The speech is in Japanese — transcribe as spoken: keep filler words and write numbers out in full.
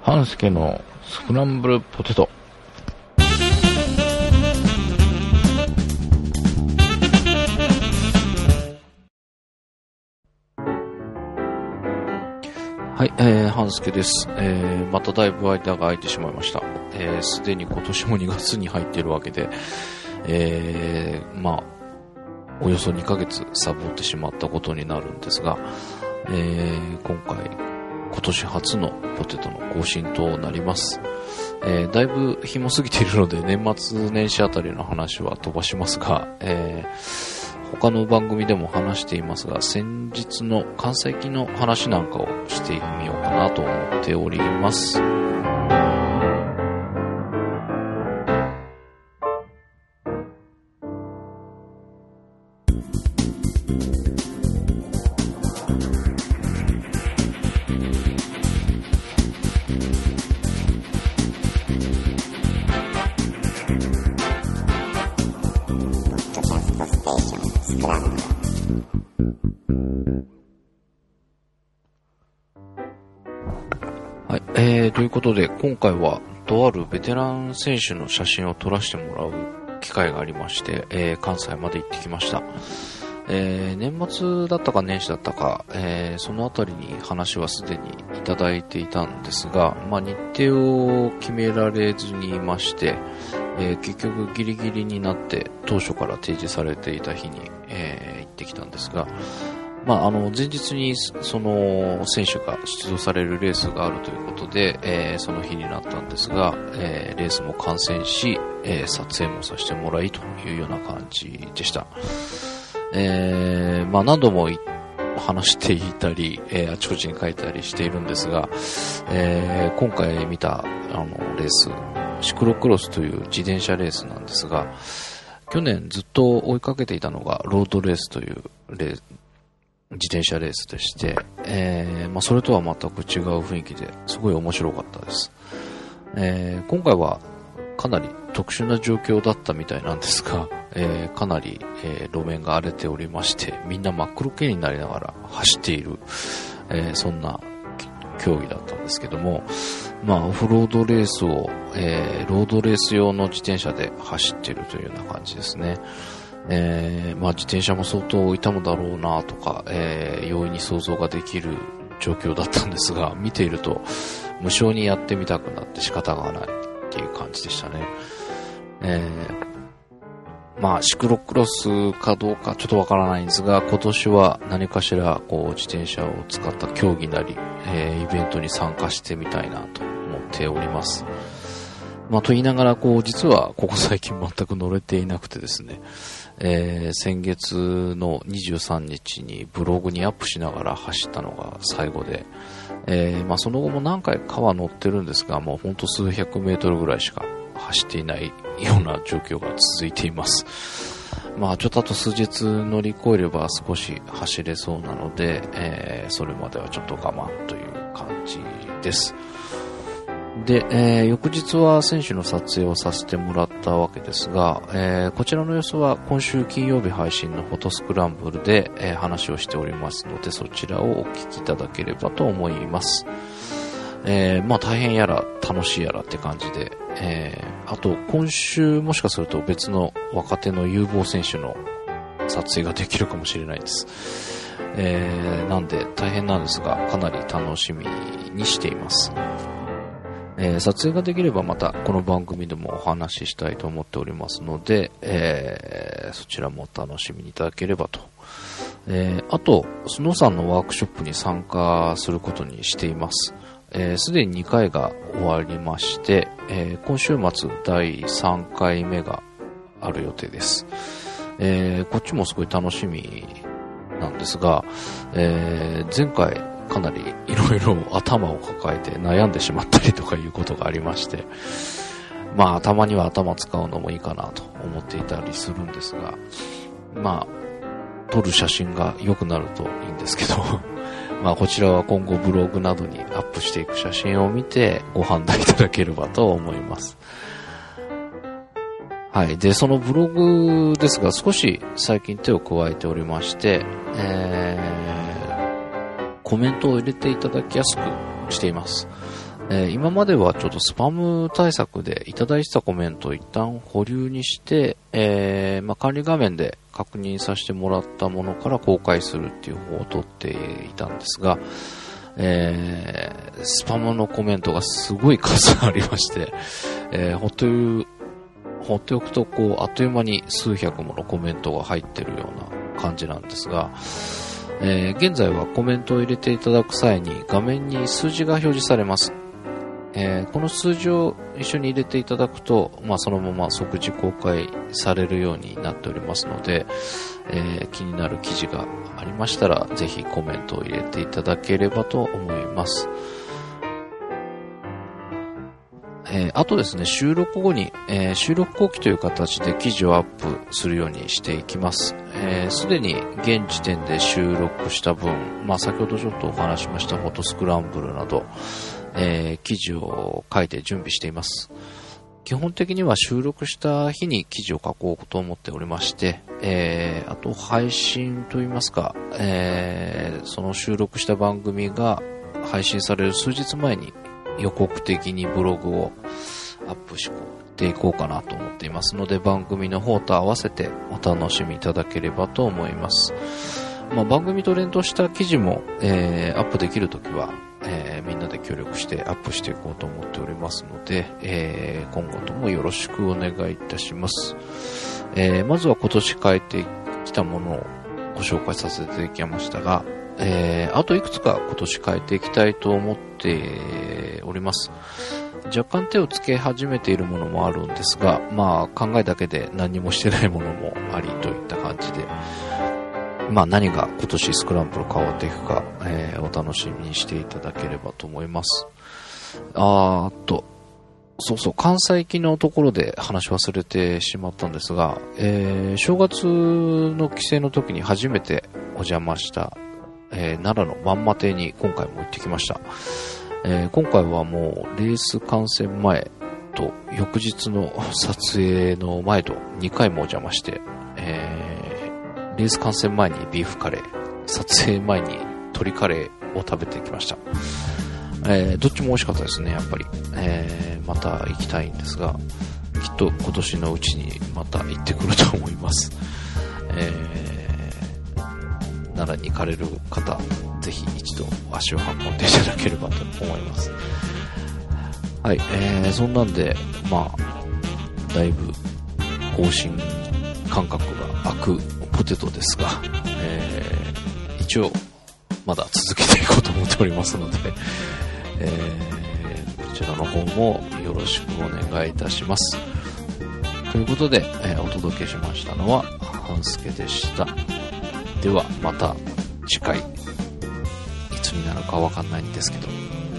半助のスクランブルポテト。はい、えー、半助です。えー、まただいぶ間が空いてしまいました。えー、すでに今年もにがつに入っているわけで、えー、まあ、およそにかげつサボってしまったことになるんですが、えー、今回、今年初のポテトの更新となります。えー、だいぶ日も過ぎているので年末年始あたりの話は飛ばしますが、えー、他の番組でも話していますが、先日の関西機の話なんかをしてみようかなと思っております。はい、えー、ということで今回はとあるベテラン選手の写真を撮らせてもらう機会がありまして、えー、関西まで行ってきました。えー、年末だったか年始だったか、えー、そのあたりに話はすでにいただいていたんですが、まあ、日程を決められずにいまして、えー、結局ギリギリになって当初から提示されていた日に、えー、行ってきたんですが、まあ、あの前日にその選手が出場されるレースがあるということで、えー、その日になったんですが、えー、レースも観戦し、えー、撮影もさせてもらいというような感じでした。えー、まあ何度も話していたり、えー、あちこちに書いたりしているんですが、えー、今回見たあのレース、シクロクロスという自転車レースなんですが、去年ずっと追いかけていたのがロードレースというレース、自転車レースでして、えーまあ、それとは全く違う雰囲気ですごい面白かったです。えー、今回はかなり特殊な状況だったみたいなんですが、えー、かなり、えー、路面が荒れておりまして、みんな真っ黒系になりながら走っている、えー、そんな競技だったんですけども、まあ、オフロードレースを、えー、ロードレース用の自転車で走っているというような感じですね。えー、まあ自転車も相当痛むだろうなとか、えー、容易に想像ができる状況だったんですが、見ていると無性にやってみたくなって仕方がないっていう感じでしたね。えー、まあシクロクロスかどうかちょっとわからないんですが、今年は何かしらこう自転車を使った競技なり、えー、イベントに参加してみたいなと思っております。まあと言いながらこう実はここ最近全く乗れていなくてですね、えー、先月のにじゅうさんにちにブログにアップしながら走ったのが最後で、えーまあ、その後も何回かは乗ってるんですが、もうほんと数百メートルぐらいしか走っていないような状況が続いています。まあちょっとあと数日乗り越えれば少し走れそうなので、えー、それまではちょっと我慢という感じです。で、えー、翌日は選手の撮影をさせてもらったわけですが、えー、こちらの様子は今週金曜日配信のフォトスクランブルで、えー、話をしておりますので、そちらをお聞きいただければと思います。えー、まあ大変やら楽しいやらって感じで、えー、あと今週もしかすると別の若手の有望選手の撮影ができるかもしれないです。えー、なんで大変なんですが、かなり楽しみにしています。えー、撮影ができればまたこの番組でもお話ししたいと思っておりますので、えー、そちらもお楽しみにいただければと。えー、あと、スノーさんのワークショップに参加することにしています。えー、すでににかいが終わりまして、えー、今週末だいさんかいめがある予定です。えー、こっちもすごい楽しみなんですが、えー、前回かなりいろいろ頭を抱えて悩んでしまったりとかいうことがありまして、まあたまには頭使うのもいいかなと思っていたりするんですが、まあ撮る写真が良くなるといいんですけどまあこちらは今後ブログなどにアップしていく写真を見てご判断いただければと思います。はい。で、そのブログですが少し最近手を加えておりまして、えーコメントを入れていただきやすくしています。 えー、今まではちょっとスパム対策でいただいてたコメントを一旦保留にして、えーまあ、管理画面で確認させてもらったものから公開するっていう方を取っていたんですが、えー、スパムのコメントがすごい数ありまして、えー、ほっていう放っておくとこうあっという間に数百ものコメントが入ってるような感じなんですが、えー、現在はコメントを入れていただく際に画面に数字が表示されます。えー、この数字を一緒に入れていただくと、まあ、そのまま即時公開されるようになっておりますので、えー、気になる記事がありましたらぜひコメントを入れていただければと思います。えー、あとですね、収録後に、えー、収録後期という形で記事をアップするようにしていきます。えー、すでに現時点で収録した分、まあ、先ほどちょっとお話しましたフォトスクランブルなど、えー、記事を書いて準備しています。基本的には収録した日に記事を書こうと思っておりまして、えー、あと配信といいますか、えー、その収録した番組が配信される数日前に予告的にブログをアップしていこうかなと思っていますので、番組の方と合わせてお楽しみいただければと思います。まあ、番組と連動した記事も、えー、アップできるときは、えー、みんなで協力してアップしていこうと思っておりますので、えー、今後ともよろしくお願いいたします。えー、まずは今年変えてきたものをご紹介させていただきましたが、えー、あといくつか今年変えていきたいと思っております。若干手をつけ始めているものもあるんですが、まあ考えだけで何もしてないものもありといった感じで、まあ何が今年スクランブル変わっていくか、えー、お楽しみにしていただければと思います。あーっと、そうそう、関西行きのところで話忘れてしまったんですが、えー、正月の帰省の時に初めてお邪魔したえー、奈良の万馬亭に今回も行ってきました。えー、今回はもうレース観戦前と翌日の撮影の前とにかいもお邪魔して、えー、レース観戦前にビーフカレー、撮影前に鶏カレーを食べてきました。えー、どっちも美味しかったですね、やっぱり。えー、また行きたいんですが、きっと今年のうちにまた行ってくると思います。えー奈良に行かれる方、ぜひ一度足を運んでいただければと思います。はい、えー、そんなんで、まあ、だいぶ更新間隔が空くポテトですが、えー、一応まだ続けていこうと思っておりますので、えー、こちらの方もよろしくお願いいたします。ということで、えー、お届けしましたのは半助でした。ではまた次回、いつになるかわかんないんですけど、